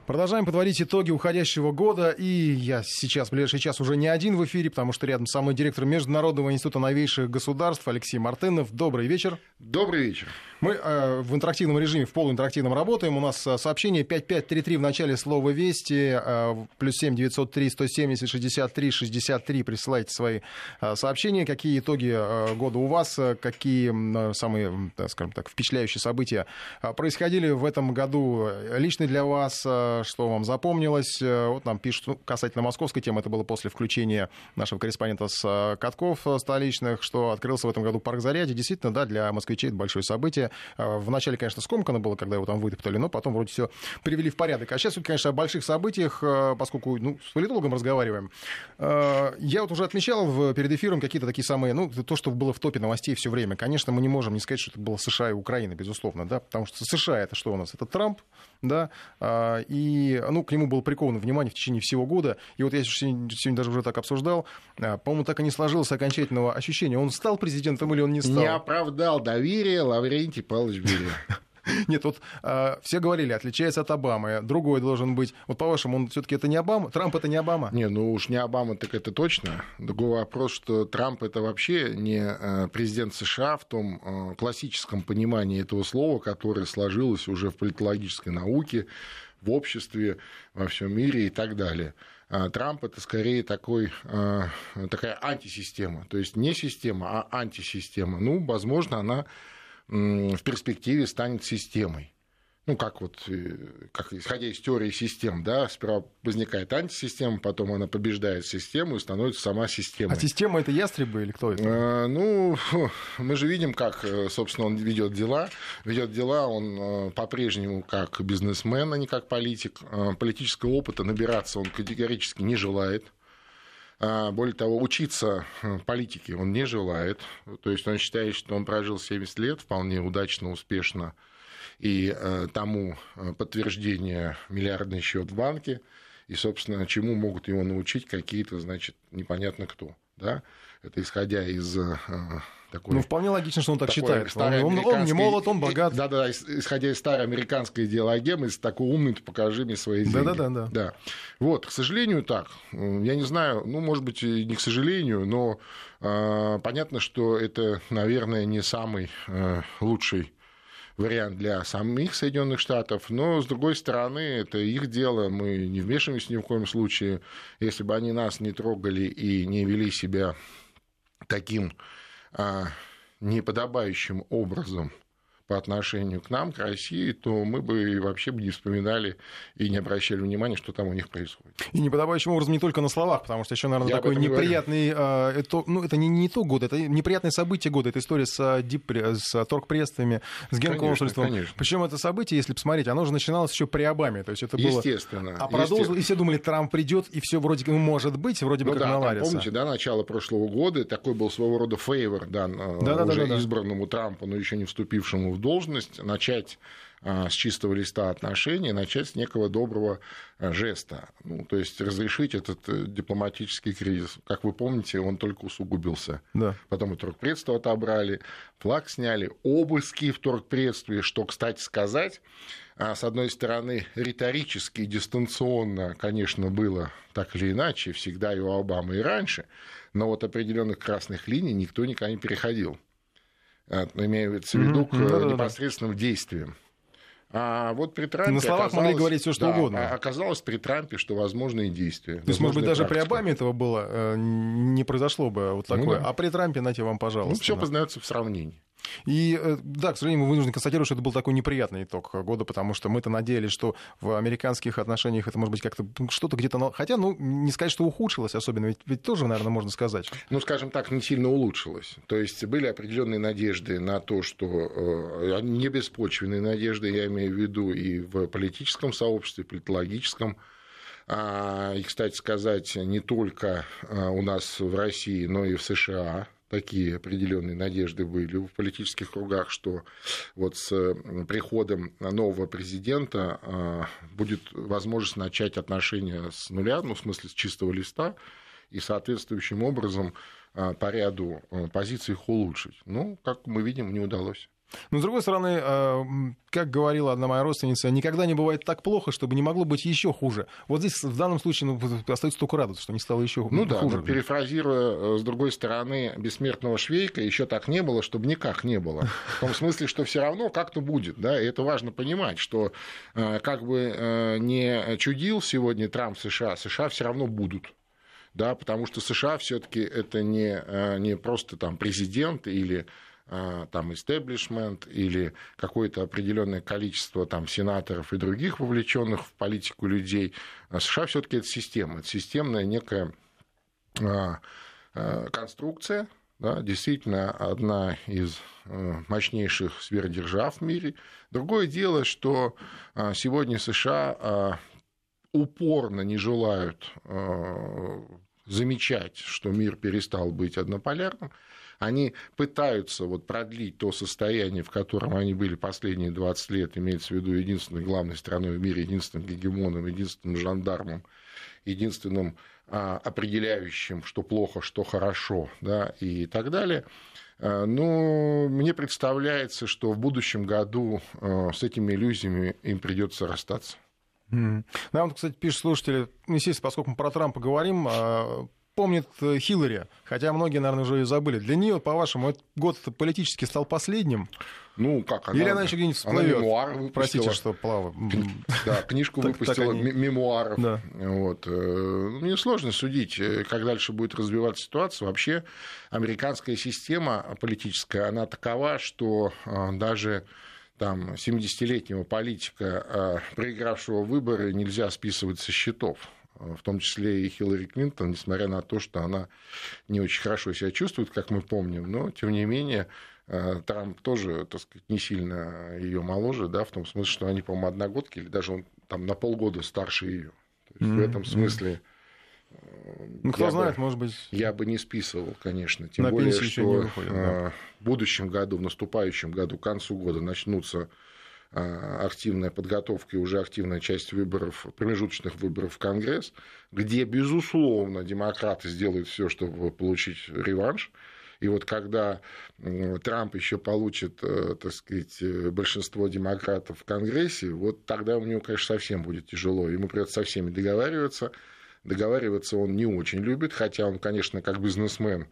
Продолжаем подводить итоги уходящего года. И я сейчас, в ближайший час, уже не один в эфире, потому что рядом со мной директор Международного института новейших государств Алексей Мартынов. Добрый вечер. Добрый вечер. Мы в интерактивном режиме, в полуинтерактивном работаем. У нас сообщение 5533 в начале слова «Вести», +7 903 170 63 63. Присылайте свои сообщения. Какие итоги года у вас, какие самые, скажем так, впечатляющие события происходили в этом году лично для вас, что вам запомнилось. Вот нам пишут, касательно московской темы, это было после включения нашего корреспондента с катков столичных, что открылся в этом году парк Зарядье. Действительно, да, для москвичей это большое событие. Вначале, конечно, скомкано было, когда его там вытоптали, но потом вроде все привели в порядок. А сейчас, конечно, о больших событиях, поскольку с политологом разговариваем. Я вот уже отмечал перед эфиром какие-то такие самые, то, что было в топе новостей все время. Конечно, мы не можем не сказать, что это было США и Украина, безусловно, да, потому что США это что у нас? Это Трамп, да, и, к нему было приковано внимание в течение всего года. И вот я сегодня даже уже так обсуждал, по-моему, так и не сложилось окончательного ощущения, он стал президентом или он не стал. Не оправдал доверие Лаврентий Павлович Берия. Нет, вот все говорили, отличается от Обамы, другой должен быть. Вот по-вашему, он все-таки это не Обама? Трамп это не Обама? Не, уж не Обама, так это точно. Другой вопрос, что Трамп это вообще не президент США в том классическом понимании этого слова, которое сложилось уже в политологической науке, в обществе, во всем мире и так далее. Трамп это скорее такая антисистема. То есть не система, а антисистема. Возможно, она в перспективе станет системой. Как исходя из теории систем, да, сперва возникает антисистема, потом она побеждает систему и становится сама системой. А система это ястребы или кто это? Мы же видим, как, собственно, он ведет дела. Ведет дела он по-прежнему как бизнесмен, а не как политик. Политического опыта набираться он категорически не желает. Более того, учиться политике он не желает. То есть он считает, что он прожил 70 лет вполне удачно, успешно. И тому подтверждение миллиардный счет в банке. И, собственно, чему могут его научить какие-то, непонятно кто. Да? Это исходя из такой... вполне логично, что он так считает. Он не молод, он богат. Да, исходя из старой американской идеологемы, если такой умный, то покажи мне свои деньги. Да. Вот, к сожалению, так. Я не знаю, может быть, и не к сожалению, но понятно, что это, наверное, не самый лучший вариант для самих Соединенных Штатов, но, с другой стороны, это их дело, мы не вмешиваемся ни в коем случае. Если бы они нас не трогали и не вели себя таким неподобающим образом по отношению к нам, к России, то мы бы вообще не вспоминали и не обращали внимания, что там у них происходит. И неподобающим образом не только на словах, потому что еще, наверное, такой неприятный... это не итог года, это неприятное событие года. Это история с торгпредствами, с генконсульством. Причем это событие, если посмотреть, оно же начиналось еще при Обаме. То есть это было... Естественно. А продолжилось, и все думали, Трамп придет, и все вроде может быть, вроде бы как наладится. Помните, начало прошлого года, такой был своего рода фейвор уже избранному Трампу, но еще не вступившему в должность, начать с чистого листа отношений, начать с некого доброго жеста. То есть разрешить этот дипломатический кризис. Как вы помните, он только усугубился. Да. Потом и торгпредство отобрали, флаг сняли, обыски в торгпредстве, что, кстати сказать, с одной стороны, риторически и дистанционно, конечно, было так или иначе, всегда и у Обамы, и раньше, но вот определенных красных линий никто никогда не переходил. Имеется в виду к непосредственным действиям. А вот при Трампе на словах могли говорить все, что угодно. Оказалось при Трампе, что возможны и действия. То есть, может быть, даже при Обаме этого было, не произошло бы вот такое. А при Трампе, нате вам, пожалуйста. Все познается в сравнении. И да, к сожалению, мы вынуждены констатировать, что это был такой неприятный итог года, потому что мы-то надеялись, что в американских отношениях это может быть как-то что-то где-то... Хотя, не сказать, что ухудшилось особенно, ведь тоже, наверное, можно сказать. Скажем так, не сильно улучшилось. То есть были определенные надежды на то, что... Не беспочвенные надежды, я имею в виду и в политическом сообществе, политологическом. И, кстати сказать, не только у нас в России, но и в США такие определенные надежды были в политических кругах, что вот с приходом нового президента будет возможность начать отношения с нуля, в смысле с чистого листа, и соответствующим образом по ряду позиций их улучшить. Как мы видим, не удалось. Но, с другой стороны, как говорила одна моя родственница, никогда не бывает так плохо, чтобы не могло быть еще хуже. Вот здесь в данном случае остается только радоваться, что не стало еще хуже. Да, но перефразируя, с другой стороны, бессмертного Швейка, еще так не было, чтобы никак не было. В том смысле, что все равно как-то будет. Да? И это важно понимать, что как бы не чудил сегодня Трамп США, США все равно будут. Да, потому что США все-таки это не просто там президент или там истеблишмент или какое-то определенное количество там сенаторов и других вовлеченных в политику людей. США все-таки это система, это системная некая конструкция, да, действительно одна из мощнейших сверхдержав в мире. Другое дело, что сегодня США упорно не желают замечать, что мир перестал быть однополярным. Они пытаются продлить то состояние, в котором они были последние 20 лет, имеется в виду единственной главной страной в мире, единственным гегемоном, единственным жандармом, единственным определяющим, что плохо, что хорошо, да, и так далее. Но мне представляется, что в будущем году с этими иллюзиями им придется расстаться. Нам, кстати, пишут слушатели, естественно, поскольку мы про Трампа говорим, помнит Хиллари, хотя многие, наверное, уже ее забыли. Для нее, по-вашему, этот год политически стал последним? Как Или она еще где-нибудь всплывет? Мемуары выпустила. Простите, что плаваю. Да, книжку выпустила мемуаров. Да. Мне сложно судить, как дальше будет развиваться ситуация. Вообще, американская система политическая, она такова, что даже там 70-летнего политика, проигравшего выборы, нельзя списывать со счетов. В том числе и Хиллари Клинтон, несмотря на то, что она не очень хорошо себя чувствует, как мы помним, но, тем не менее, Трамп тоже, так сказать, не сильно ее моложе, да, в том смысле, что они, по-моему, одногодки, или даже он там на полгода старше ее. В этом смысле... Кто знает, может быть... Я бы не списывал, конечно. Тем более, что в будущем году, в наступающем году, к концу года начнутся активная подготовка и уже активная часть выборов, промежуточных выборов в Конгресс, где, безусловно, демократы сделают все, чтобы получить реванш. И когда Трамп еще получит, так сказать, большинство демократов в Конгрессе, тогда у него, конечно, совсем будет тяжело. Ему придется со всеми договариваться. Договариваться он не очень любит, хотя он, конечно, как бизнесмен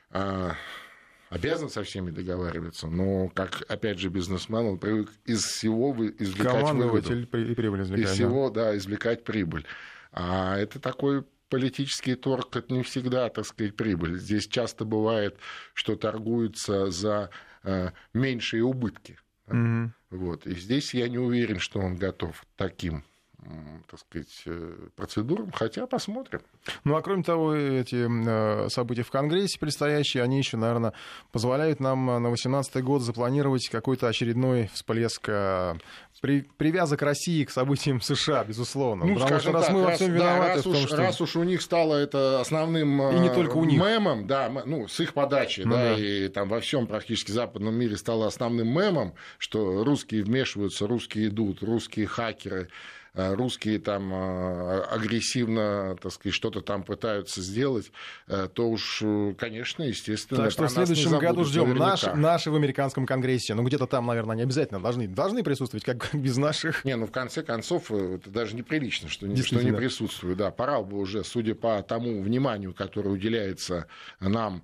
обязан со всеми договариваться, но, как, опять же, бизнесмен, он привык из всего извлекать выгоду. И прибыль извлекать. Из всего, да, извлекать прибыль. А это такой политический торг, это не всегда, так сказать, прибыль. Здесь часто бывает, что торгуются за меньшие убытки. И здесь я не уверен, что он готов к таким, так сказать, процедурам, хотя посмотрим. А кроме того, эти события в Конгрессе предстоящие, они еще, наверное, позволяют нам на 2018 год запланировать какой-то очередной всплеск привязок России к событиям США, безусловно. Потому что раз мы во всем виноваты, раз уж у них стало это основным и не только у них. Мемом, да, с их подачи, и там во всем практически западном мире стало основным мемом, что русские вмешиваются, русские идут, русские хакеры, русские там агрессивно, так сказать, что-то там пытаются сделать, то уж, конечно, естественно, так что в следующем году ждем наши в американском Конгрессе. Где-то там, наверное, они обязательно должны присутствовать, как без наших. В конце концов, это даже неприлично, что не присутствуют. Да, пора бы уже, судя по тому вниманию, которое уделяется нам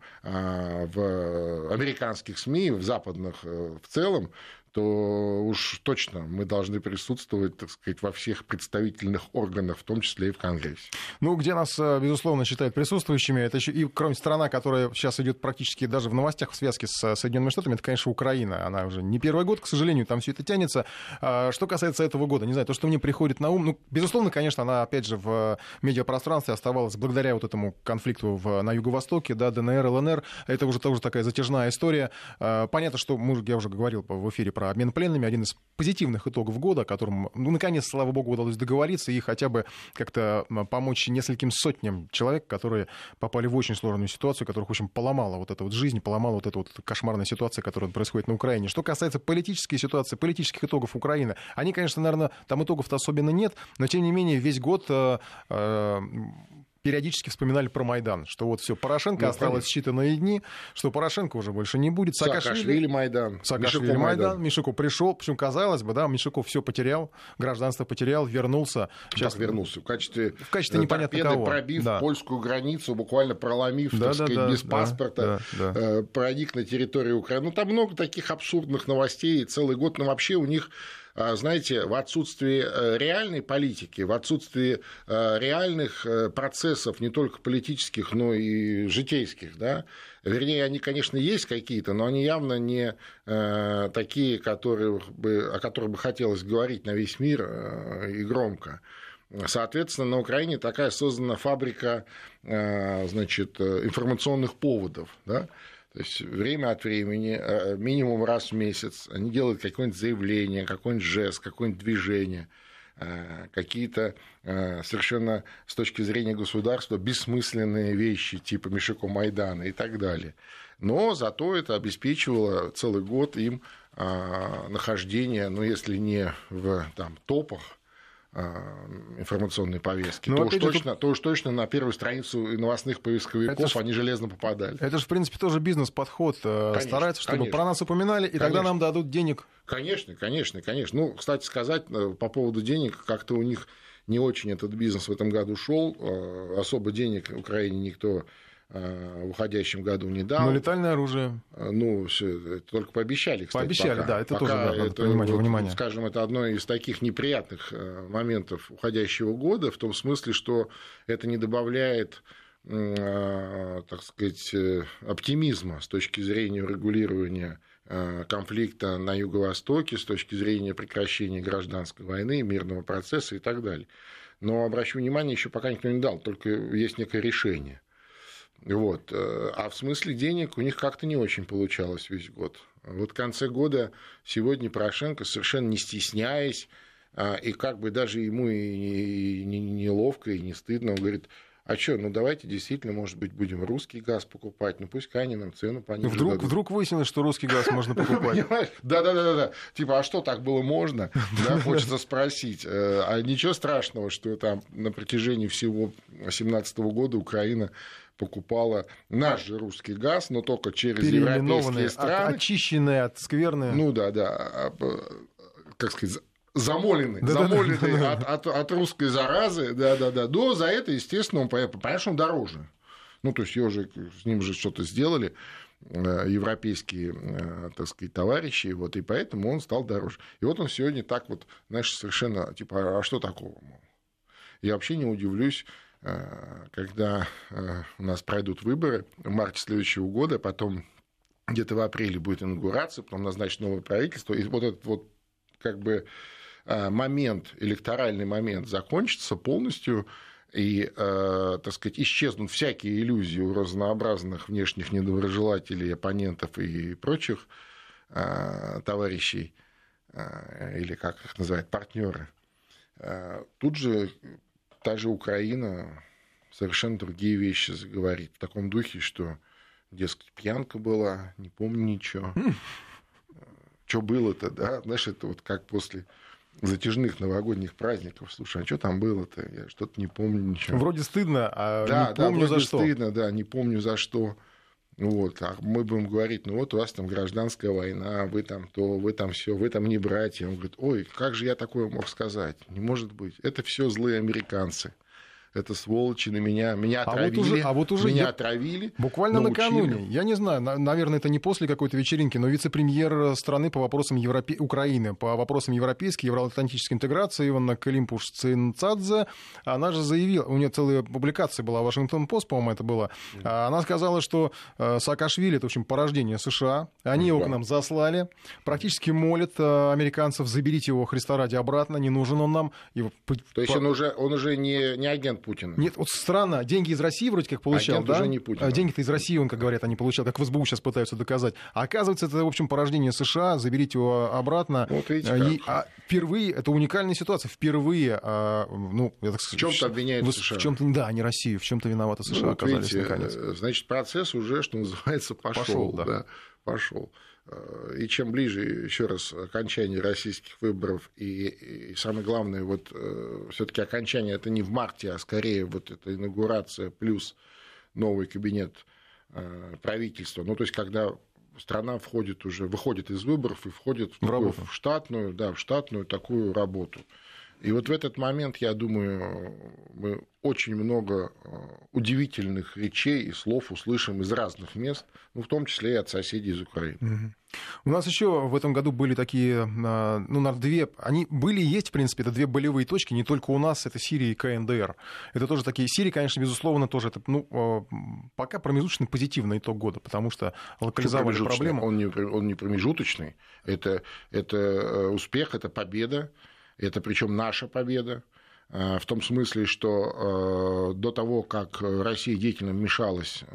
в американских СМИ, в западных в целом, то уж точно мы должны присутствовать, так сказать, во всех представительных органах, в том числе и в Конгрессе. Где нас, безусловно, считают присутствующими, это еще и, кроме страна, которая сейчас идет практически даже в новостях в связке с Соединенными Штатами, это, конечно, Украина. Она уже не первый год, к сожалению, там все это тянется. Что касается этого года, не знаю, то, что мне приходит на ум, безусловно, конечно, она, опять же, в медиапространстве оставалась благодаря этому конфликту на Юго-Востоке, да, ДНР, ЛНР. Это уже тоже такая затяжная история. Понятно, что я уже говорил в эфире про обмен пленными, один из позитивных итогов года, о котором, наконец, слава богу, удалось договориться и хотя бы как-то помочь нескольким сотням человек, которые попали в очень сложную ситуацию, которых очень поломала эта жизнь, поломала эта кошмарная ситуация, которая происходит на Украине. Что касается политической ситуации, политических итогов Украины, они, конечно, наверное, там итогов-то особенно нет, но, тем не менее, весь год периодически вспоминали про Майдан, что вот все, Порошенко осталось считанные дни, что Порошенко уже больше не будет. Саакашвили Майдан. Саакашвили Майдан. Мишуков пришел, причем казалось бы, да, Мишуков все потерял, гражданство потерял, вернулся. Сейчас вернулся в качестве непонятно кого. Пробив польскую границу, буквально проломив, без паспорта, проник на территорию Украины. Ну, там много таких абсурдных новостей целый год, но вообще у них, знаете, в отсутствии реальной политики, в отсутствии реальных процессов, не только политических, но и житейских, да, вернее, они, конечно, есть какие-то, но они явно не такие, о которых бы хотелось говорить на весь мир и громко. Соответственно, на Украине такая создана фабрика, значит, информационных поводов, да? То есть время от времени, минимум раз в месяц, они делают какое-нибудь заявление, какой-нибудь жест, какое-нибудь движение, какие-то совершенно с точки зрения государства бессмысленные вещи, типа Мишуко Майдана и так далее. Но зато это обеспечивало целый год им нахождение, ну, если не в топах информационной повестки, то уж точно на первую страницу новостных поисковиков они железно попадали. Это же, в принципе, тоже бизнес-подход. Стараются, чтобы про нас упоминали, и тогда нам дадут денег. Конечно. Ну, кстати сказать, по поводу денег, как-то у них не очень этот бизнес в этом году шел. Особо денег Украине никто в уходящем году не дал. Но летальное оружие. Ну, это только пообещали, кстати. Пообещали, пока. Да, это тоже надо принимать во внимание. Скажем, это одно из таких неприятных моментов уходящего года, в том смысле, что это не добавляет, так сказать, оптимизма с точки зрения урегулирования конфликта на Юго-Востоке, с точки зрения прекращения гражданской войны, мирного процесса и так далее. Но, обращу внимание, еще пока никто не дал, только есть некое решение. Вот. А в смысле денег у них как-то не очень получалось весь год. Вот в конце года сегодня Порошенко, совершенно не стесняясь, и как бы даже ему и неловко, и не стыдно, он говорит: а что, ну давайте действительно, может быть, будем русский газ покупать, ну пусть они нам цену пониже дадут. Вдруг выяснилось, что русский газ можно покупать. Да. Типа, а что, так было можно? Да, хочется спросить. А ничего страшного, что там на протяжении всего 2017 года Украина покупала наш же русский газ, но только через европейские страны. Очищенные от скверны. Ну да, как сказать, замоленный от русской заразы, да. Но за это, естественно, он, понятно, что он дороже. Ну, то есть с ним же что-то сделали европейские, так сказать, товарищи, вот, и поэтому он стал дороже. И вот он сегодня так вот, знаешь, совершенно, типа, а что такого? Я вообще не удивлюсь, когда у нас пройдут выборы в марте следующего года, потом где-то в апреле будет инаугурация, потом назначит новое правительство, и вот этот вот как бы момент, электоральный момент закончится полностью, и, так сказать, исчезнут всякие иллюзии у разнообразных внешних недоброжелателей, оппонентов и прочих товарищей, или как их называют, партнеры. Тут же та же Украина совершенно другие вещи заговорит. В таком духе, что, дескать, пьянка была, не помню ничего. Что было-то, да? Знаешь, это вот как после затяжных новогодних праздников. Слушай, а что там было-то? Я что-то не помню ничего. Вроде стыдно, а не помню за что. Стыдно, да, не помню за что. Вот, а мы будем говорить, ну вот у вас там гражданская война, вы там то, вы там все, вы там не братья. Он говорит: ой, как же я такое мог сказать? Не может быть. Это все злые американцы. Это сволочи на меня отравили, меня отравили. Буквально накануне, я не знаю, наверное, это не после какой-то вечеринки, но вице-премьер страны по вопросам Украины, по вопросам европейской, евроатлантической интеграции Иванна Климпуш-Цинцадзе, она же заявила, у нее целая публикация была, Вашингтон-Пост, по-моему, это было, она сказала, что Саакашвили — это, в общем, порождение США, они его к нам заслали, практически молят американцев: заберите его, Христа ради, обратно, не нужен он нам. То есть он уже не агент Путина. Нет, вот странно, деньги из России вроде как получал, агент да? Уже не Путин. Деньги-то из России он, как говорят, они получал, как в СБУ сейчас пытаются доказать. А оказывается, это, в общем, порождение США, заберите его обратно. Вот видите, впервые, это уникальная ситуация, впервые, в чем-то обвиняют США. В чем-то, да, не Россию, в чем-то виноваты США оказались, видите, наконец. Значит, процесс уже, что называется, пошел. Да. пошел. И чем ближе, еще раз, окончание российских выборов, и самое главное, вот все-таки окончание это не в марте, а скорее вот эта инаугурация плюс новый кабинет правительства. Ну, то есть, когда страна выходит из выборов и входит в штатную такую работу. И вот в этот момент, я думаю, мы очень много удивительных речей и слов услышим из разных мест, ну, в том числе и от соседей из Украины. У нас еще в этом году были такие, они были и есть, в принципе, это две болевые точки, не только у нас, это Сирия и КНДР. Это тоже такие, Сирия, конечно, безусловно, тоже, это, пока промежуточный позитивный итог года, потому что локализовали проблему. Он не промежуточный, это успех, это победа. Это причем наша победа, в том смысле, что до того, как Россия деятельно вмешалась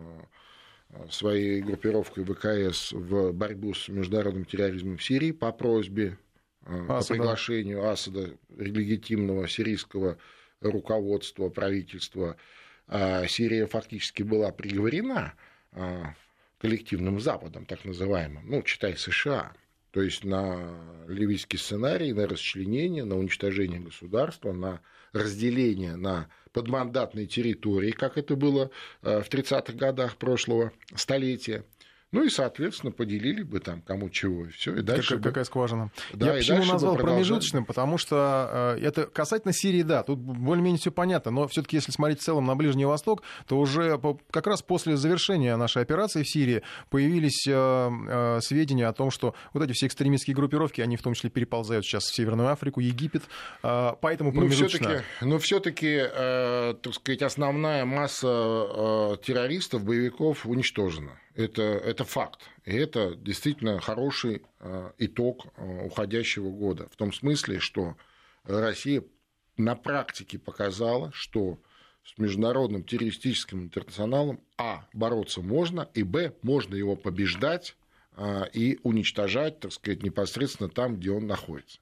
своей группировкой ВКС в борьбу с международным терроризмом в Сирии по просьбе, по приглашению Асада, легитимного сирийского руководства, правительства, Сирия фактически была приговорена коллективным Западом, так называемым, читай США. То есть на ливийский сценарий, на расчленение, на уничтожение государства, на разделение на подмандатные территории, как это было в 30-х годах прошлого столетия. Ну и, соответственно, поделили бы там кому чего, и все. И дальше какая скважина. Я почему назвал промежуточным, потому что это касательно Сирии, да, тут более-менее все понятно, но все-таки, если смотреть в целом на Ближний Восток, то уже как раз после завершения нашей операции в Сирии появились сведения о том, что вот эти все экстремистские группировки, они в том числе переползают сейчас в Северную Африку, Египет, поэтому промежуточно. Но все-таки, так сказать, основная масса террористов, боевиков уничтожена. Это факт. И это действительно хороший итог уходящего года. В том смысле, что Россия на практике показала, что с международным террористическим интернационалом бороться можно, и можно его побеждать и уничтожать, так сказать, непосредственно там, где он находится.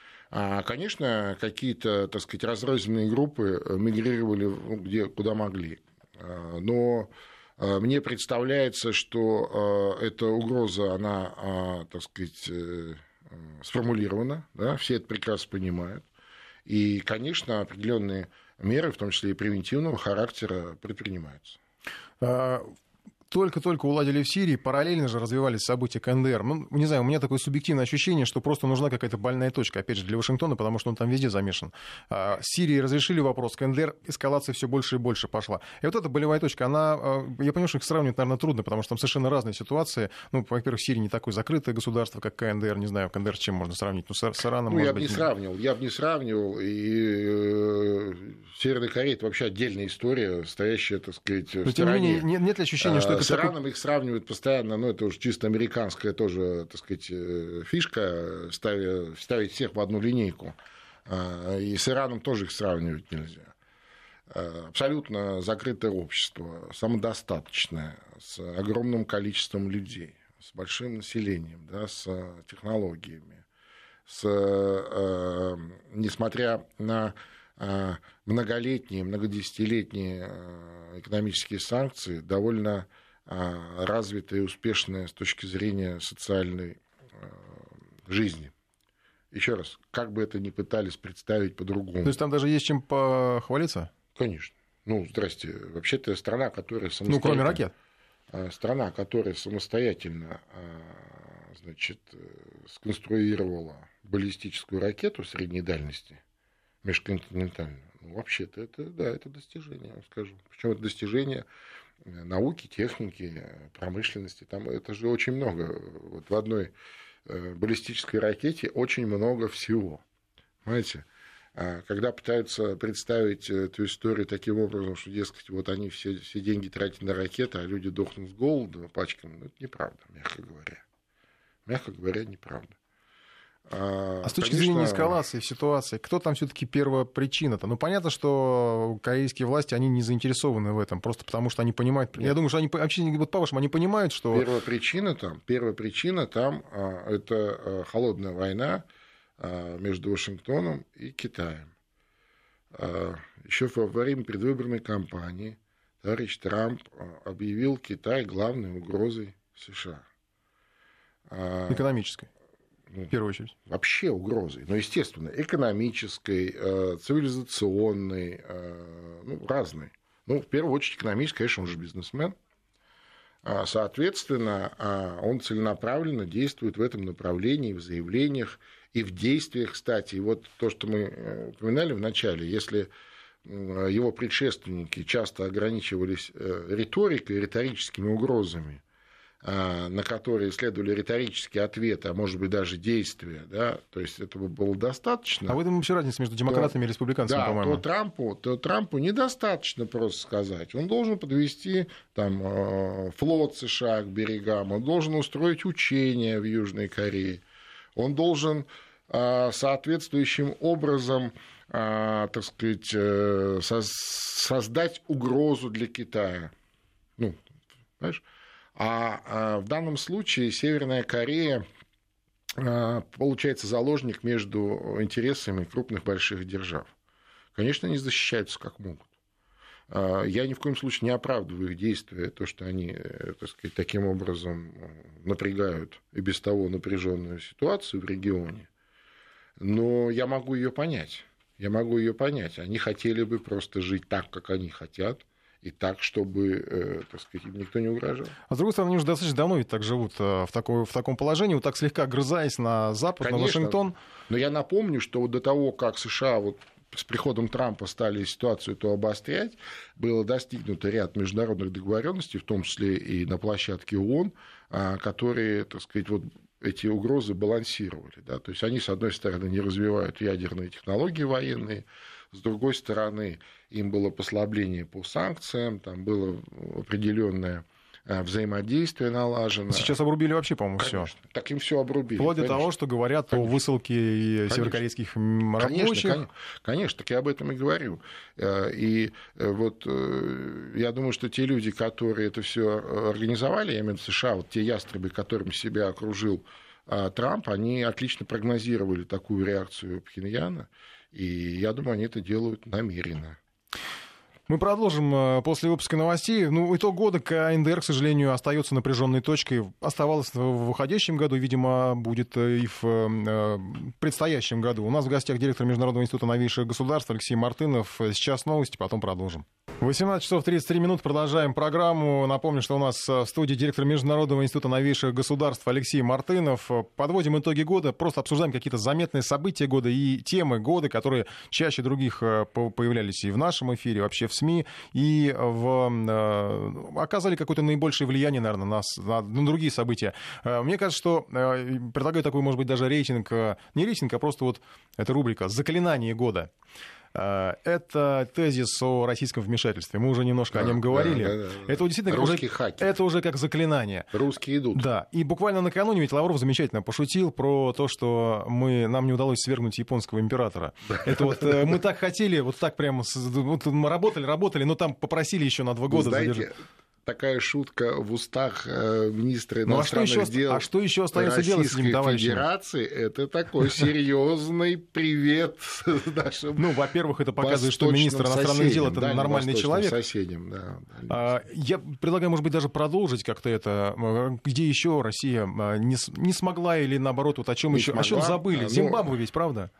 Конечно, какие-то, так сказать, разрозненные группы мигрировали куда могли. Но мне представляется, что эта угроза, она, так сказать, сформулирована, да, все это прекрасно понимают. И, конечно, определенные меры, в том числе и превентивного характера, предпринимаются. Только-только уладили в Сирии, параллельно же развивались события КНДР. Не знаю, у меня такое субъективное ощущение, что просто нужна какая-то больная точка, опять же, для Вашингтона, потому что он там везде замешан. С Сирией разрешили вопрос, КНДР эскалация все больше и больше пошла. И вот эта болевая точка, я понимаю, что их сравнивать, наверное, трудно, потому что там совершенно разные ситуации. Во-первых, Сирия не такое закрытое государство, как КНДР, не знаю, КНДР с чем можно сравнить, с Ираном, я бы не сравнивал, и Северная Корея — это вообще отдельная история, стоящая, так сказать, в стороне. Тем не менее, нет ли ощущения, что это с Ираном их сравнивают постоянно, это уже чисто американская тоже, так сказать, фишка, ставить всех в одну линейку. И с Ираном тоже их сравнивать нельзя. Абсолютно закрытое общество, самодостаточное, с огромным количеством людей, с большим населением, да, с технологиями, несмотря на многолетние, многодесятилетние экономические санкции, довольно развитая и успешная с точки зрения социальной жизни. Еще раз, как бы это ни пытались представить по-другому. То есть там даже есть чем похвалиться? Конечно. Здрасте. Вообще-то страна, которая самостоятельно... кроме ракет. Страна, которая самостоятельно, значит, сконструировала баллистическую ракету средней дальности, межконтинентальную. Вообще-то это достижение, я вам скажу. Причем это достижение науки, техники, промышленности. Там это же очень много. Вот в одной баллистической ракете очень много всего. Понимаете? Когда пытаются представить эту историю таким образом, что, дескать, вот они все деньги тратят на ракеты, а люди дохнут с голоду пачками, это неправда, мягко говоря. Мягко говоря, неправда. С точки зрения эскалации ситуации, кто там все-таки первопричина-то? Понятно, что корейские власти, они не заинтересованы в этом, просто потому что они понимают... Нет. Я думаю, что они вообще, по-вашему, они понимают, что... Первая причина там это холодная война между Вашингтоном и Китаем. Еще во время предвыборной кампании товарищ Трамп объявил Китай главной угрозой США. Экономической, в первую очередь. Вообще угрозой. Но, естественно, экономической, цивилизационной, разной. В первую очередь экономической, конечно, он же бизнесмен. Соответственно, он целенаправленно действует в этом направлении, в заявлениях и в действиях, кстати. И вот то, что мы упоминали в начале, если его предшественники часто ограничивались риторикой, риторическими угрозами, на которые следовали риторические ответы, а может быть даже действия, да, то есть этого было достаточно. А в этом вообще разница между демократами и республиканцами, да, по-моему? То Трампу недостаточно просто сказать. Он должен подвести флот США к берегам, он должен устроить учения в Южной Корее, он должен соответствующим образом, так сказать, создать угрозу для Китая. Понимаешь? А в данном случае Северная Корея получается заложник между интересами крупных больших держав. Конечно, они защищаются как могут. Я ни в коем случае не оправдываю их действия, то, что они, так сказать, таким образом напрягают и без того напряженную ситуацию в регионе. Но я могу ее понять. Они хотели бы просто жить так, как они хотят, и так, чтобы, так сказать, им никто не угрожал. А с другой стороны, они уже достаточно давно ведь так живут в таком положении, вот так слегка грызаясь на Запад, Конечно, на Вашингтон. Но я напомню, что вот до того, как США с приходом Трампа стали ситуацию то обострять, было достигнуто ряд международных договоренностей, в том числе и на площадке ООН, которые, так сказать, эти угрозы балансировали. Да? То есть они, с одной стороны, не развивают ядерные технологии военные, с другой стороны, им было послабление по санкциям, там было определенное взаимодействие налажено. Сейчас обрубили вообще, по-моему, все. Так им все обрубили. Вплоть до того, что говорят о высылке северокорейских рабочих. Конечно, так я об этом и говорю. И вот я думаю, что те люди, которые это все организовали, я имею в виду США, вот те ястребы, которыми себя окружил Трамп, они отлично прогнозировали такую реакцию Пхеньяна, и я думаю, они это делают намеренно. Мы продолжим после выпуска новостей. Итог года КНДР, к сожалению, остается напряженной точкой. Оставалось в уходящем году, видимо, будет и в предстоящем году. У нас в гостях директор Международного института новейших государств Алексей Мартынов. Сейчас новости, потом продолжим. 18 часов 33 минут. Продолжаем программу. Напомню, что у нас в студии директор Международного института новейших государств Алексей Мартынов. Подводим итоги года, просто обсуждаем какие-то заметные события года и темы года, которые чаще других появлялись и в нашем эфире, вообще в СМИ, и оказали какое-то наибольшее влияние, наверное, на другие события. Мне кажется, что предлагаю такой, может быть, даже рейтинг, не рейтинг, а просто вот эта рубрика «Заклинание года». Это тезис о российском вмешательстве. Мы уже немножко о нем говорили. Да. Это действительно это уже как заклинание. Русские идут. Да. И буквально накануне ведь Лавров замечательно пошутил про то, что нам не удалось свергнуть японского императора. Это вот мы так хотели, вот так прямо мы работали, но там попросили еще на 2 года задержать. Такая шутка в устах министра иностранных дел. А что еще остается делать с этими товарищами? Федерации, это такой серьезный привет нашим. Во-первых, это показывает, что министр иностранных дел это нормальный человек. Соседям, да. Я предлагаю, может быть, даже продолжить как-то это. Где еще Россия не смогла или наоборот, вот о чем еще? О чем забыли? Зимбабве ведь, правда?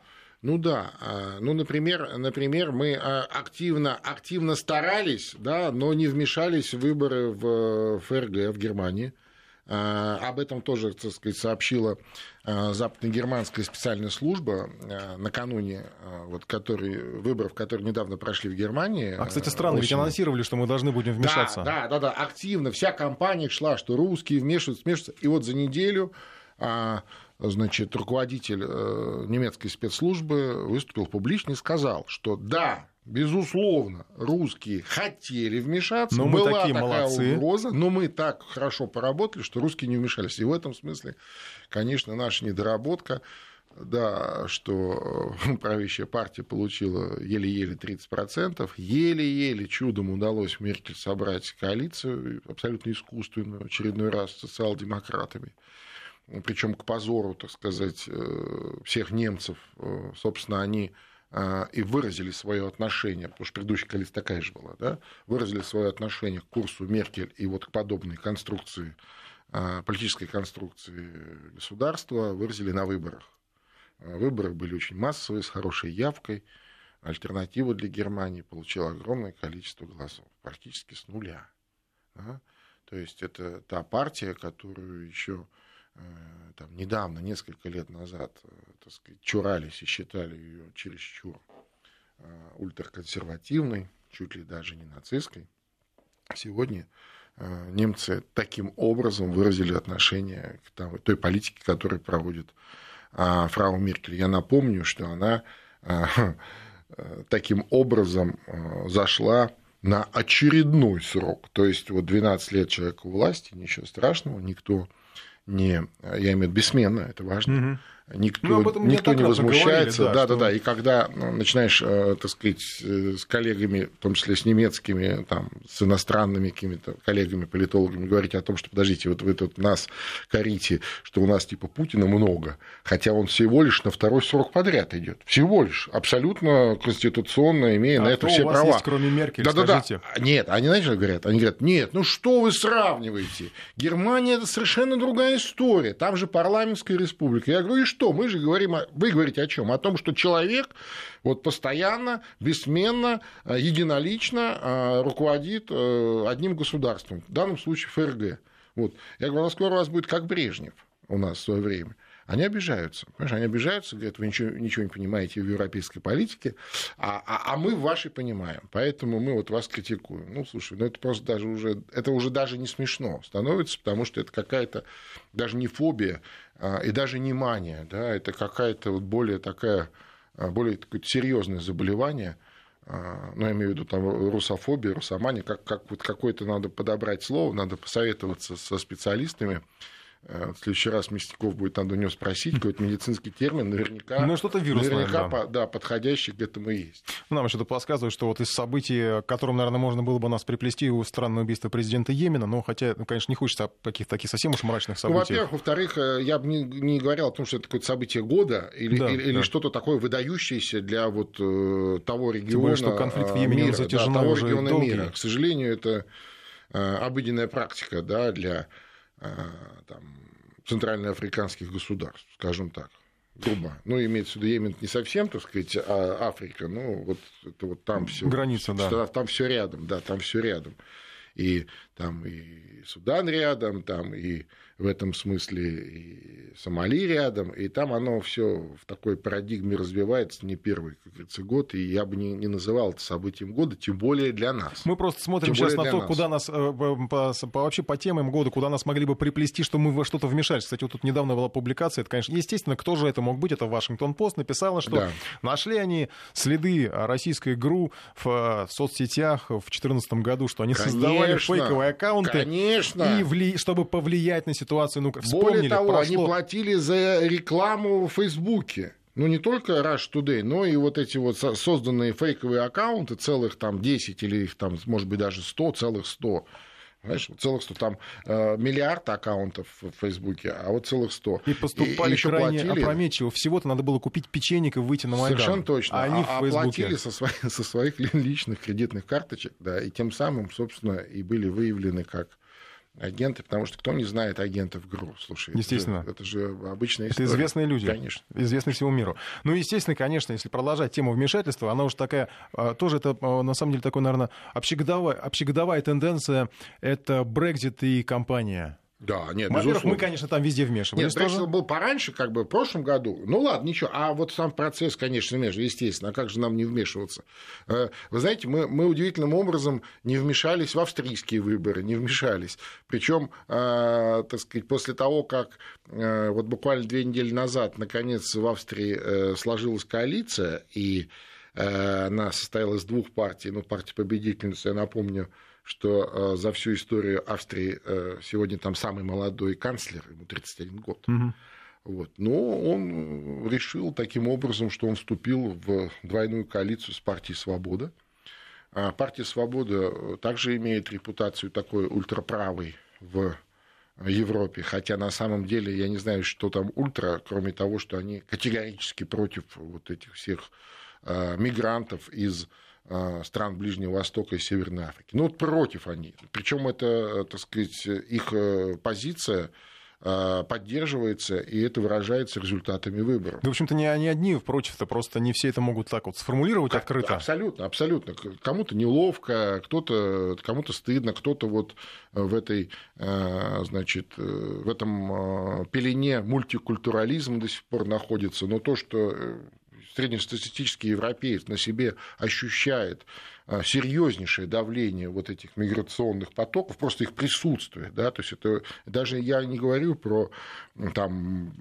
Например, мы активно старались, да, но не вмешались в выборы в ФРГ, в Германии. Об этом тоже, так сказать, сообщила западногерманская специальная служба накануне выборов, которые недавно прошли в Германии. Кстати, странно, ведь анонсировали, что мы должны будем вмешаться. Да, активно. Вся кампания шла, что русские вмешиваются. И вот за неделю... руководитель немецкой спецслужбы выступил публично и сказал, что да, безусловно, русские хотели вмешаться, но была такая молодцы. Угроза, но мы так хорошо поработали, что русские не вмешались. И в этом смысле, конечно, наша недоработка, да, что правящая партия получила еле-еле 30%, еле-еле чудом удалось Меркель собрать коалицию, абсолютно искусственную, очередной раз с социал-демократами. Причем к позору, так сказать, всех немцев, собственно, они и выразили свое отношение, потому что предыдущая коалиция такая же была, да, выразили свое отношение к курсу Меркель и вот к подобной конструкции политической конструкции государства выразили на выборах. Выборы были очень массовые, с хорошей явкой. Альтернатива для Германии получила огромное количество голосов, практически с нуля. Да? То есть это та партия, которую еще там, недавно, несколько лет назад, так сказать, чурались и считали ее чересчур ультраконсервативной, чуть ли даже не нацистской. Сегодня немцы таким образом выразили отношение к той политике, которую проводит фрау Меркель. Я напомню, что она таким образом зашла на очередной срок. То есть вот 12 лет человеку у власти, ничего страшного, никто не... Я имею в виду бессменно, это важно. Никто не возмущается. Говорили, да. И когда начинаешь, так сказать, с коллегами, в том числе с немецкими, там, с иностранными какими-то коллегами, политологами, говорить о том, что, подождите, вот вы тут нас корите, что у нас типа Путина много, хотя он всего лишь на второй срок подряд идет. Всего лишь. Абсолютно конституционно, имея на это все права. А кто у вас есть, кроме Меркель, скажите? Нет, они, знаете, что говорят? Они говорят, нет, ну что вы сравниваете? Германия – это совершенно другая история. Там же парламентская республика. Я говорю, и что? Мы же говорим, вы говорите о чем? О том, что человек вот постоянно, бессменно, единолично руководит одним государством, в данном случае ФРГ. Вот. Я говорю, скоро у вас будет как Брежнев у нас в свое время. Они обижаются. Понимаешь, они обижаются, говорят, вы ничего не понимаете в европейской политике, а мы в вашей понимаем. Поэтому мы вот вас критикуем. Ну, слушай, ну это просто даже уже даже не смешно становится, потому что это какая-то даже не фобия и даже не мания. Да, это какая-то вот более такое серьезное заболевание. Ну, я имею в виду там русофобия, русомания, как вот какое-то надо подобрать слово, надо посоветоваться со специалистами. В следующий раз Мясников будет, надо у него спросить, какой-то медицинский термин, наверняка, что-то вирусное, да, подходящий к этому и есть. Нам еще подсказывают, что вот из событий, к которым, наверное, можно было бы нас приплести, странное убийство президента Йемена, но хотя, конечно, не хочется каких-то таких совсем уж мрачных событий. Во-первых, во-вторых, я бы не говорил о том, что это какое-то событие года или что-то такое выдающееся для вот того региона. Тем более, что конфликт в Йемене мира, затяжной того уже региона долгий. мира. К сожалению, это обыденная практика, да, для центральноафриканских государств, скажем так, грубо. Ну, имеется в виду Йемен не совсем, так сказать, а Африка, ну, вот это вот там все. Граница, да. Там все рядом, да, там все рядом. И там и Судан рядом, там и в этом смысле и Сомали рядом, и там оно все в такой парадигме развивается не первый, как говорится, год, и я бы не называл это событием года, тем более для нас. Мы просто смотрим сейчас на то, куда нас, вообще по темам года, куда нас могли бы приплести, что мы во что-то вмешались. Кстати, вот тут недавно была публикация, это, конечно, естественно, кто же это мог быть, это Вашингтон-Пост написала, что нашли они следы российской ГРУ в соцсетях в 2014 году, что они создавали фейковые аккаунты, и чтобы повлиять на ситуацию. Ну, более того, они платили за рекламу в Фейсбуке. Ну, не только Rush Today, но и вот эти вот созданные фейковые аккаунты, целых там 10 или их там, может быть, даже 100, целых 100. Знаешь, целых 100, там миллиард аккаунтов в Фейсбуке, а вот целых 100. И поступали крайне опрометчиво. Всего-то надо было купить печенье и выйти на Майдан. Совершенно точно. А они в Фейсбуке. Платили со своих личных кредитных карточек, да, и тем самым, собственно, и были выявлены как агенты, потому что кто не знает агентов ГРУ? Слушай, естественно. Это же обычная история. Это известные люди, конечно. Известные всему миру. Ну, естественно, конечно, если продолжать тему вмешательства, она уже такая, тоже это, на самом деле, такой, наверное, общегодовая тенденция, это Брексит и кампания. Да, нет, во-первых, безусловно. Мы, конечно, там везде вмешивались. Нет, Брексит был пораньше, как бы в прошлом году. Ну ладно, ничего. А вот сам процесс, конечно, естественно. А как же нам не вмешиваться? Вы знаете, мы удивительным образом не вмешались в австрийские выборы, не вмешались. Причем, так сказать, после того, как вот буквально 2 недели назад, наконец, в Австрии сложилась коалиция, и она состояла из 2 партий, ну, партия-победительница, я напомню, что за всю историю Австрии сегодня там самый молодой канцлер, ему 31 год. Вот. Но он решил таким образом, что он вступил в двойную коалицию с партией «Свобода». Партия «Свобода» также имеет репутацию такой ультраправой в Европе, хотя на самом деле я не знаю, что там ультра, кроме того, что они категорически против вот этих всех мигрантов из стран Ближнего Востока и Северной Африки. Ну, вот против они. Причем это, так сказать, их позиция поддерживается, и это выражается результатами выборов. Да, в общем-то, не они одни против-то, просто не все это могут так вот сформулировать открыто. Абсолютно, абсолютно. Кому-то неловко, кому-то стыдно, кто-то вот в этой, значит, в этом пелене мультикультурализма до сих пор находится, но то, что среднестатистический европеец на себе ощущает серьезнейшее давление вот этих миграционных потоков, просто их присутствие, да, то есть это даже я не говорю про там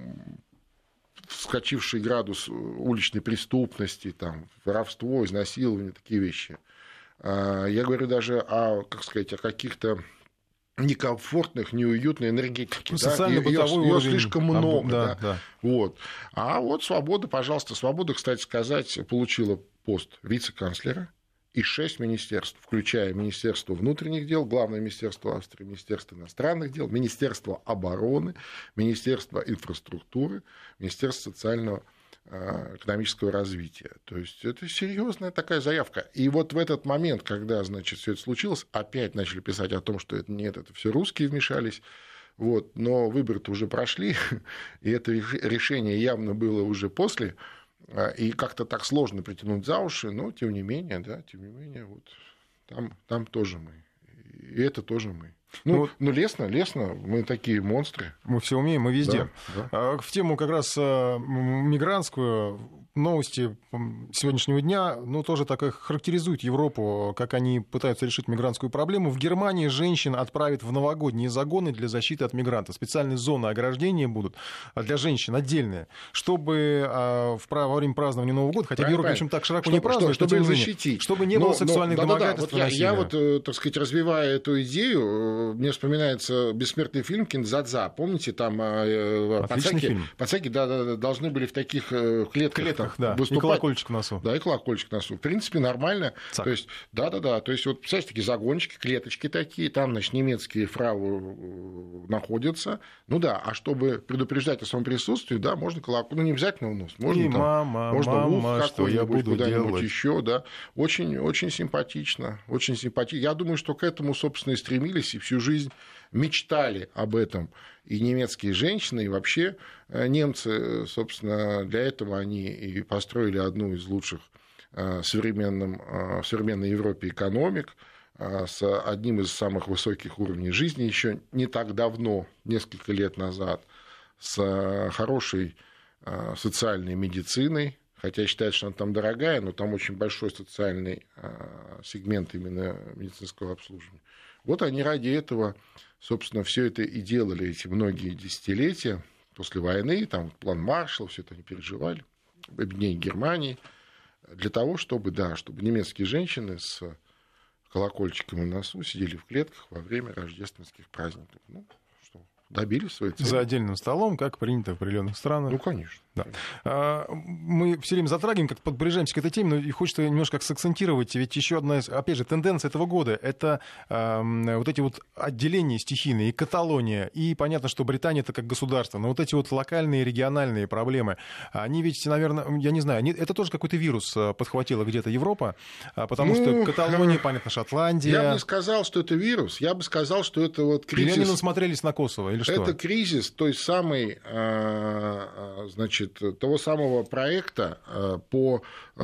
вскочивший градус уличной преступности, там, воровство, изнасилование, такие вещи. Я говорю даже о, как сказать, о каких-то некомфортных, неуютной энергетики. Да? Ее слишком много. Да. Вот. А вот свобода, пожалуйста, свобода, кстати сказать, получила пост вице-канцлера и 6 министерств, включая Министерство внутренних дел, Главное министерство Австрии, Министерство иностранных дел, Министерство обороны, Министерство инфраструктуры, Министерство социального экономического развития. То есть это серьезная такая заявка. И вот в этот момент, когда, значит, все это случилось, опять начали писать о том, что это нет, это все русские вмешались. Вот, но выборы-то уже прошли, и это решение явно было уже после, и как-то так сложно притянуть за уши, но тем не менее, вот там тоже мы. И это тоже мы. Ну, лестно, мы такие монстры. Мы все умеем, мы везде. Да. В тему как раз мигрантскую новости сегодняшнего дня, тоже так и характеризуют Европу, как они пытаются решить мигрантскую проблему. В Германии женщин отправят в новогодние загоны для защиты от мигрантов. Специальные зоны ограждения будут для женщин отдельные, чтобы во время празднования Нового года, хотя в Европе, в общем, так широко не празднуют, чтобы защитить. Чтобы не было сексуальных домогательств. Вот я вот, так сказать, развивая эту идею, мне вспоминается бессмертный фильм «Киндзадза». Помните, там пацаки должны были в таких клетках выступать. И колокольчик в носу. Да, и колокольчик в носу. В принципе, нормально. То есть, то есть, вот, представляете, такие загончики, клеточки такие, там, значит, немецкие фрау находятся. А чтобы предупреждать о своем присутствии, да, можно колокольчик, не обязательно в нос. Можно, можно в ухо какой-нибудь, куда-нибудь еще, да. Очень, очень симпатично, очень симпатично. Я думаю, что к этому, собственно, и стремились, и всю жизнь мечтали об этом и немецкие женщины, и вообще немцы, собственно, для этого они и построили одну из лучших в современной Европе экономик, с одним из самых высоких уровней жизни еще не так давно, несколько лет назад, с хорошей социальной медициной, хотя считают, что она там дорогая, но там очень большой социальный сегмент именно медицинского обслуживания. Вот они ради этого, собственно, все это и делали эти многие десятилетия после войны, там план Маршалла, все это они переживали, объединение Германии, для того, чтобы немецкие женщины с колокольчиком в носу сидели в клетках во время рождественских праздников. Добились своей цели. За отдельным столом, как принято в определенных странах. Конечно. Да. Мы все время затрагиваем, как подближаемся к этой теме, но и хочется немножко сакцентировать, ведь еще одна из, опять же, тенденция этого года, это вот эти вот отделения стихийные, и Каталония, и понятно, что Британия это как государство, но вот эти вот локальные, региональные проблемы, они ведь, наверное, я не знаю, это тоже какой-то вирус подхватила где-то Европа, потому что Каталония, понятно, Шотландия. Я бы не сказал, что это вирус, я бы сказал, что это вот кризис. Или они насмотрелись на Косово, или что? Это кризис той самой, значит, того самого проекта по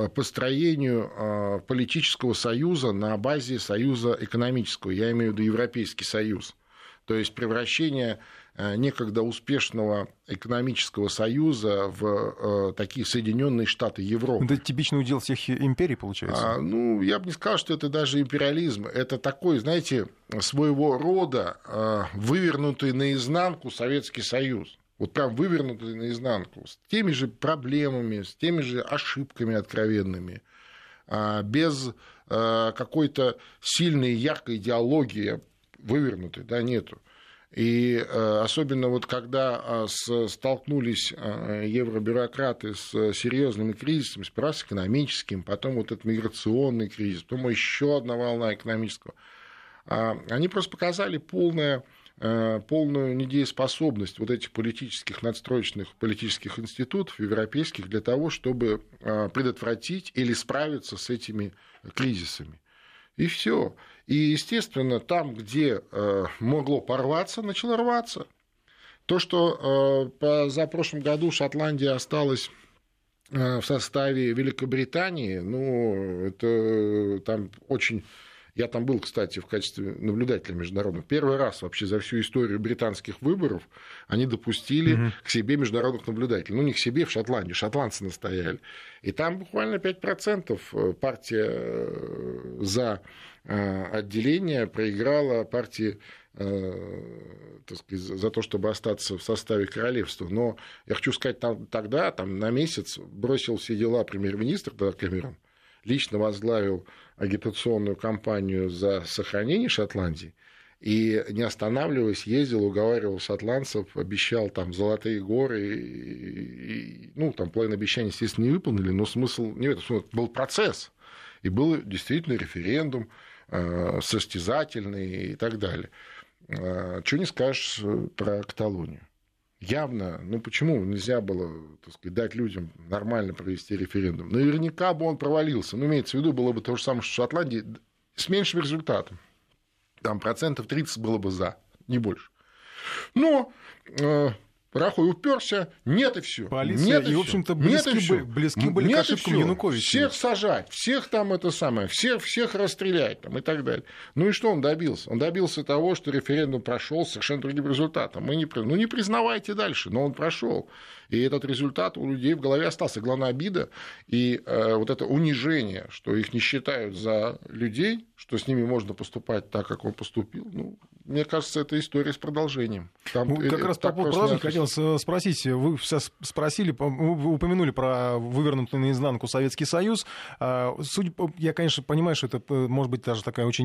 построению политического союза на базе союза экономического, я имею в виду Европейский Союз, то есть превращение некогда успешного экономического союза в такие Соединенные Штаты Европы. Это типичный удел всех империй, получается? Я бы не сказал, что это даже империализм. Это такой, знаете, своего рода вывернутый наизнанку Советский Союз. Вот прям вывернутый наизнанку, с теми же проблемами, с теми же ошибками откровенными, без какой-то сильной яркой идеологии вывернутой, нету. И особенно вот когда столкнулись евробюрократы с серьезными кризисами, сперва с экономическим, потом вот этот миграционный кризис, потом еще одна волна экономического, они просто показали полное полную недееспособность вот этих политических надстроечных политических институтов европейских для того, чтобы предотвратить или справиться с этими кризисами. И все. И, естественно, там, где могло порваться, начало рваться. То, что позапрошлом году Шотландия осталась в составе Великобритании, ну, это там очень... Я там был, кстати, в качестве наблюдателя международного. Первый раз вообще за всю историю британских выборов они допустили к себе международных наблюдателей. Ну, не к себе, в Шотландию. Шотландцы настояли. И там буквально 5% партия за отделение проиграла партии, так сказать, за то, чтобы остаться в составе королевства. Но я хочу сказать, тогда на месяц бросил все дела премьер-министр Кэмерон, лично возглавил агитационную кампанию за сохранение Шотландии и, не останавливаясь, ездил, уговаривал шотландцев, обещал там золотые горы. Ну, там половину обещаний, естественно, не выполнили, но смысл не в этом. Был процесс, и был действительно референдум состязательный и так далее. Чего не скажешь про Каталонию. Явно, ну почему нельзя было, так сказать, дать людям нормально провести референдум? Наверняка бы он провалился. Ну, имеется в виду, было бы то же самое, что в Шотландии, с меньшим результатом. Там 30% было бы за, не больше. Но Рахой уперся, нет и все. Полиция, и, в общем-то, близки были к ошибкам Януковича. Всех сажать, всех там это самое, всех расстрелять там, и так далее. Ну и что он добился? Он добился того, что референдум прошел с совершенно другим результатом. Не признавайте дальше, но он прошел. И этот результат у людей в голове остался. Главная обида и вот это унижение, что их не считают за людей, что с ними можно поступать так, как он поступил. Ну, мне кажется, это история с продолжением. Там, как раз по поводу продолжения хотел спросить. Вы сейчас спросили, вы упомянули про вывернутый наизнанку Советский Союз. Я, конечно, понимаю, что это может быть даже такая очень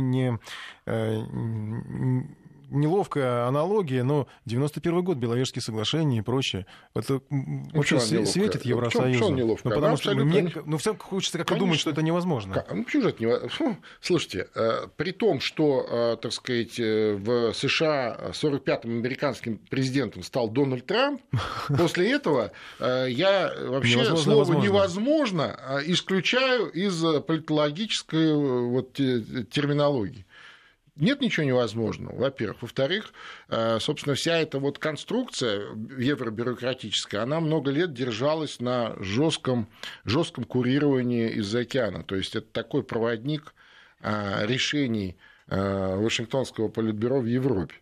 неловкая аналогия, но 91 год, Беловежские соглашения и прочее. Это очень светит Евросоюзу. Почему неловко? Ну, потому что в целом хочется как-то думать, что это невозможно. Ну, почему же это невозможно? Слушайте, при том, что, так сказать, в США 45-м американским президентом стал Дональд Трамп, после этого я вообще слово «невозможно» исключаю из политологической терминологии. Нет ничего невозможного, во-первых. Во-вторых, собственно, вся эта вот конструкция евробюрократическая, она много лет держалась на жестком курировании из-за океана. То есть это такой проводник решений Вашингтонского политбюро в Европе.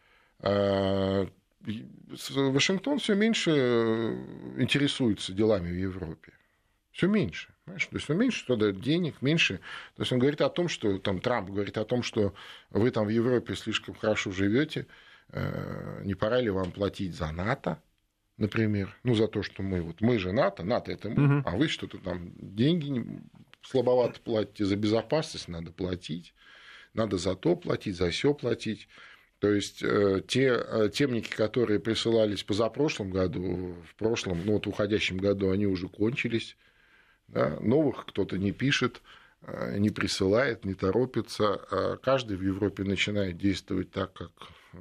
Вашингтон все меньше интересуется делами в Европе. Все меньше. Понимаешь? То есть он меньше туда дает денег, меньше. То есть он говорит о том, что там, Трамп говорит о том, что вы там в Европе слишком хорошо живете, не пора ли вам платить за НАТО, например, ну за то, что мы же НАТО это мы, а вы что-то там деньги слабовато платите, за безопасность надо платить, надо за то платить, за сё платить. То есть те темники, которые присылались позапрошлом году, в прошлом, ну вот в уходящем году, они уже кончились. Да, новых кто-то не пишет, не присылает, не торопится. Каждый в Европе начинает действовать так, как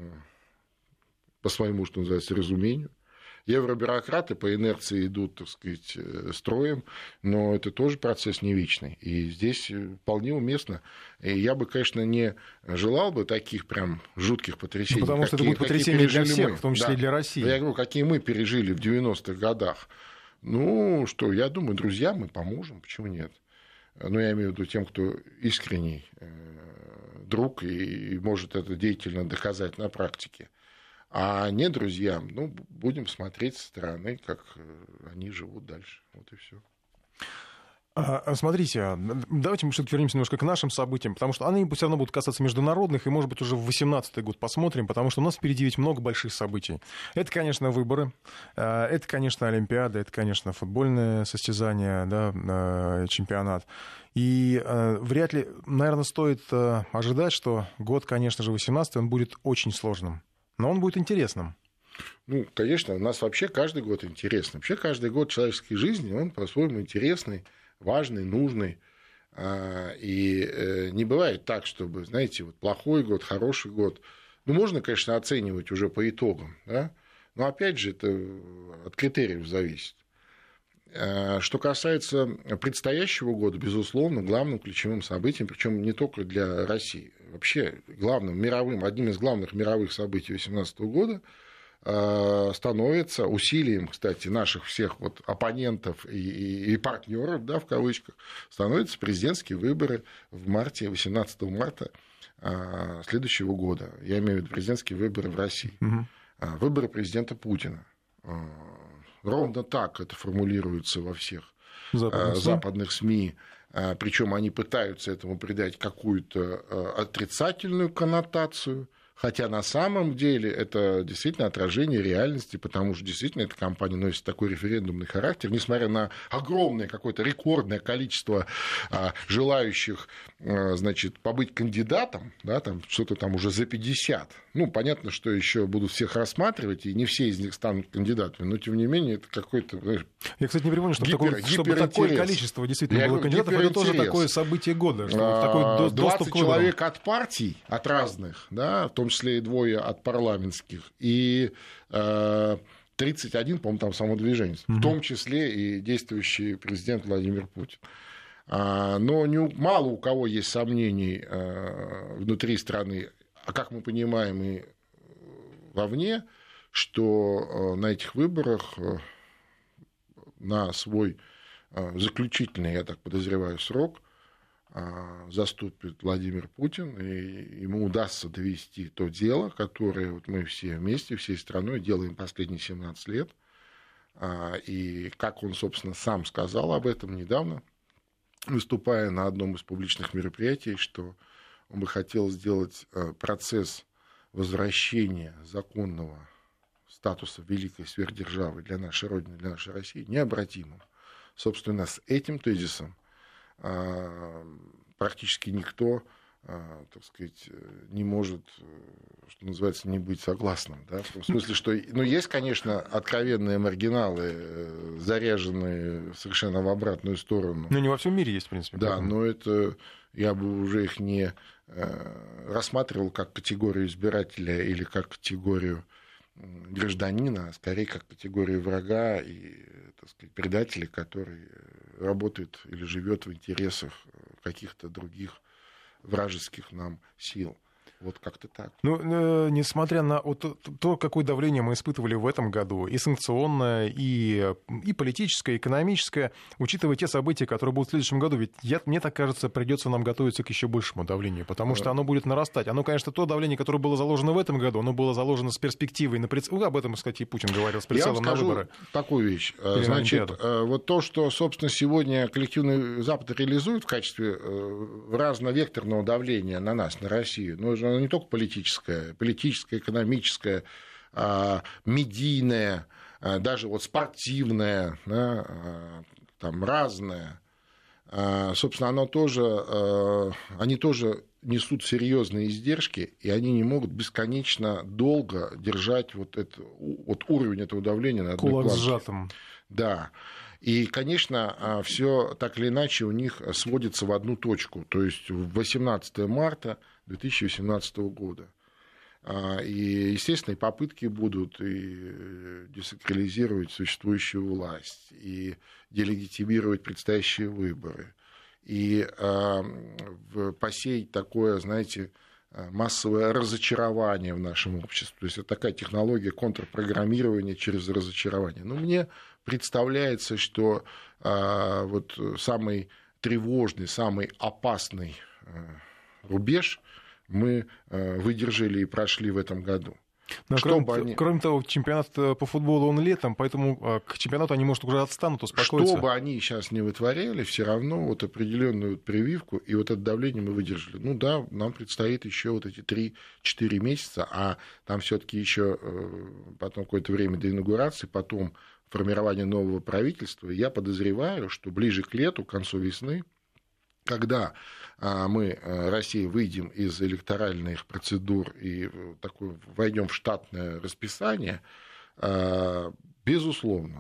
по своему, что называется, разумению. Евробюрократы по инерции идут, так сказать, строем, но это тоже процесс не вечный. И здесь вполне уместно. И я бы, конечно, не желал бы таких прям жутких потрясений. Потому что это будет потрясение для всех, в том числе и для России. Я говорю, какие мы пережили в 90-х годах. Ну, что, я думаю, друзьям мы поможем, почему нет? Но я имею в виду тем, кто искренний друг и может это деятельно доказать на практике. А не друзьям, ну, будем смотреть со стороны, как они живут дальше. Вот и все. Смотрите, давайте мы все-таки вернемся немножко к нашим событиям, потому что они все равно будут касаться международных, и, может быть, уже в 2018 год посмотрим, потому что у нас впереди ведь много больших событий. Это, конечно, выборы, это, конечно, Олимпиада, это, конечно, футбольное состязание, да, чемпионат. И вряд ли, наверное, стоит ожидать, что год, конечно же, 2018, он будет очень сложным, но он будет интересным. Ну, конечно, у нас вообще каждый год интересный. Вообще каждый год человеческой жизни, он по-своему интересный, важный, нужный. И не бывает так, чтобы, знаете, вот плохой год, хороший год. Ну, можно, конечно, оценивать уже по итогам, да? Но, опять же, это от критериев зависит. Что касается предстоящего года, безусловно, главным ключевым событием, причем не только для России, вообще одним из главных мировых событий 2018 года становится усилием, кстати, наших всех вот оппонентов и партнеров, да, в кавычках, становятся президентские выборы в марте, 18 марта следующего года. Я имею в виду президентские выборы в России. Выборы президента Путина. Ровно так это формулируется во всех западных СМИ. Причем они пытаются этому придать какую-то отрицательную коннотацию. Хотя на самом деле это действительно отражение реальности, потому что действительно эта кампания носит такой референдумный характер, несмотря на огромное какое-то рекордное количество желающих, значит, побыть кандидатом, да, там что-то там уже за 50. Ну, понятно, что еще будут всех рассматривать, и не все из них станут кандидатами, но тем не менее это какой-то... Я, кстати, не припомню, чтобы такое количество действительно было кандидатов, это тоже такое событие года, что такой доступ к 20 человек от партий, от разных, да, в том числе и 2 от парламентских, и 31, по-моему, там самодвиженец, в том числе и действующий президент Владимир Путин. Но мало у кого есть сомнений внутри страны, а как мы понимаем и вовне, что на этих выборах на свой заключительный, я так подозреваю, срок заступит Владимир Путин, и ему удастся довести то дело, которое вот мы все вместе, всей страной делаем последние 17 лет. И как он, собственно, сам сказал об этом недавно, выступая на одном из публичных мероприятий, что он бы хотел сделать процесс возвращения законного статуса великой сверхдержавы для нашей Родины, для нашей России необратимым. Собственно, с этим тезисом практически никто, так сказать, не может, что называется, не быть согласным. Да? В том смысле, что есть, конечно, откровенные маргиналы, заряженные совершенно в обратную сторону. Но не во всем мире есть, в принципе. Да, но это я бы уже их не рассматривал как категорию избирателя или как категорию гражданина, а скорее как категорию врага и, так сказать, предателя, который работает или живет в интересах каких-то других вражеских нам сил. Вот как-то так. Ну, несмотря на то, какое давление мы испытывали в этом году, и санкционное, и политическое, и экономическое, учитывая те события, которые будут в следующем году, ведь мне так кажется, придется нам готовиться к еще большему давлению, потому что оно будет нарастать. Оно, конечно, то давление, которое было заложено в этом году, оно было заложено с перспективой, об этом, кстати, и Путин говорил, с прицелом на выборы. Я вам скажу такую вещь. Значит, вот то, что, собственно, сегодня коллективный Запад реализует в качестве разновекторного давления на нас, на Россию, но не только политическое, экономическое, медийное, даже вот спортивное, да, там разное. Собственно, они тоже несут серьезные издержки, и они не могут бесконечно долго держать вот уровень этого давления на одной планке. Кулак сжатым. Да. И, конечно, все так или иначе у них сводится в одну точку, то есть в 18 марта 2018 года. И, естественно, и попытки будут и десакрализировать существующую власть, и делегитимировать предстоящие выборы, и посеять такое, знаете, массовое разочарование в нашем обществе. То есть это такая технология контрпрограммирования через разочарование. Но мне представляется, что вот самый тревожный, самый опасный рубеж мы выдержали и прошли в этом году. Кроме того, чемпионат по футболу он летом, поэтому к чемпионату они, может, уже отстанут, успокоятся. Что бы они сейчас не вытворяли, все равно вот определенную прививку и вот это давление мы выдержали. Ну да, нам предстоит еще вот эти 3-4 месяца, а там все-таки еще потом какое-то время до инаугурации, потом формирование нового правительства. Я подозреваю, что ближе к лету, к концу весны, когда мы, Россия, выйдем из электоральных процедур и войдем в штатное расписание, безусловно,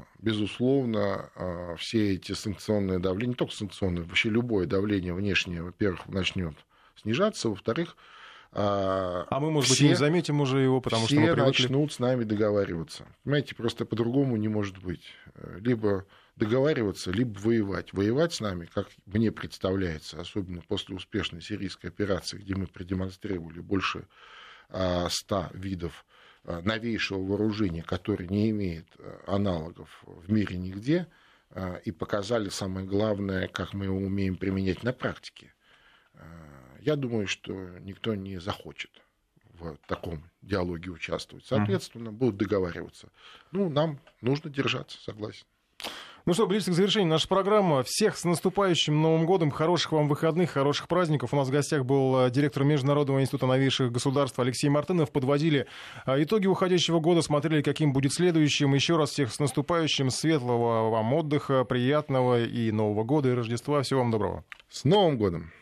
все эти санкционные давления, не только санкционные, вообще любое давление внешнее, во-первых, начнет снижаться, во-вторых, А мы, может быть, и не заметим уже его, потому что мы привыкли. Все начнут с нами договариваться. Понимаете, просто по-другому не может быть. Либо договариваться, либо воевать. Воевать с нами, как мне представляется, особенно после успешной сирийской операции, где мы продемонстрировали больше 100 видов новейшего вооружения, которое не имеет аналогов в мире нигде, и показали самое главное, как мы его умеем применять на практике. Я думаю, что никто не захочет в таком диалоге участвовать. Соответственно, будут договариваться. Нам нужно держаться, согласен. Ну что, близко к завершению наша программа. Всех с наступающим Новым годом. Хороших вам выходных, хороших праздников. У нас в гостях был директор Международного института новейших государств Алексей Мартынов. Подводили итоги уходящего года, смотрели, каким будет следующим. Еще раз всех с наступающим. Светлого вам отдыха, приятного и Нового года, и Рождества. Всего вам доброго. С Новым годом!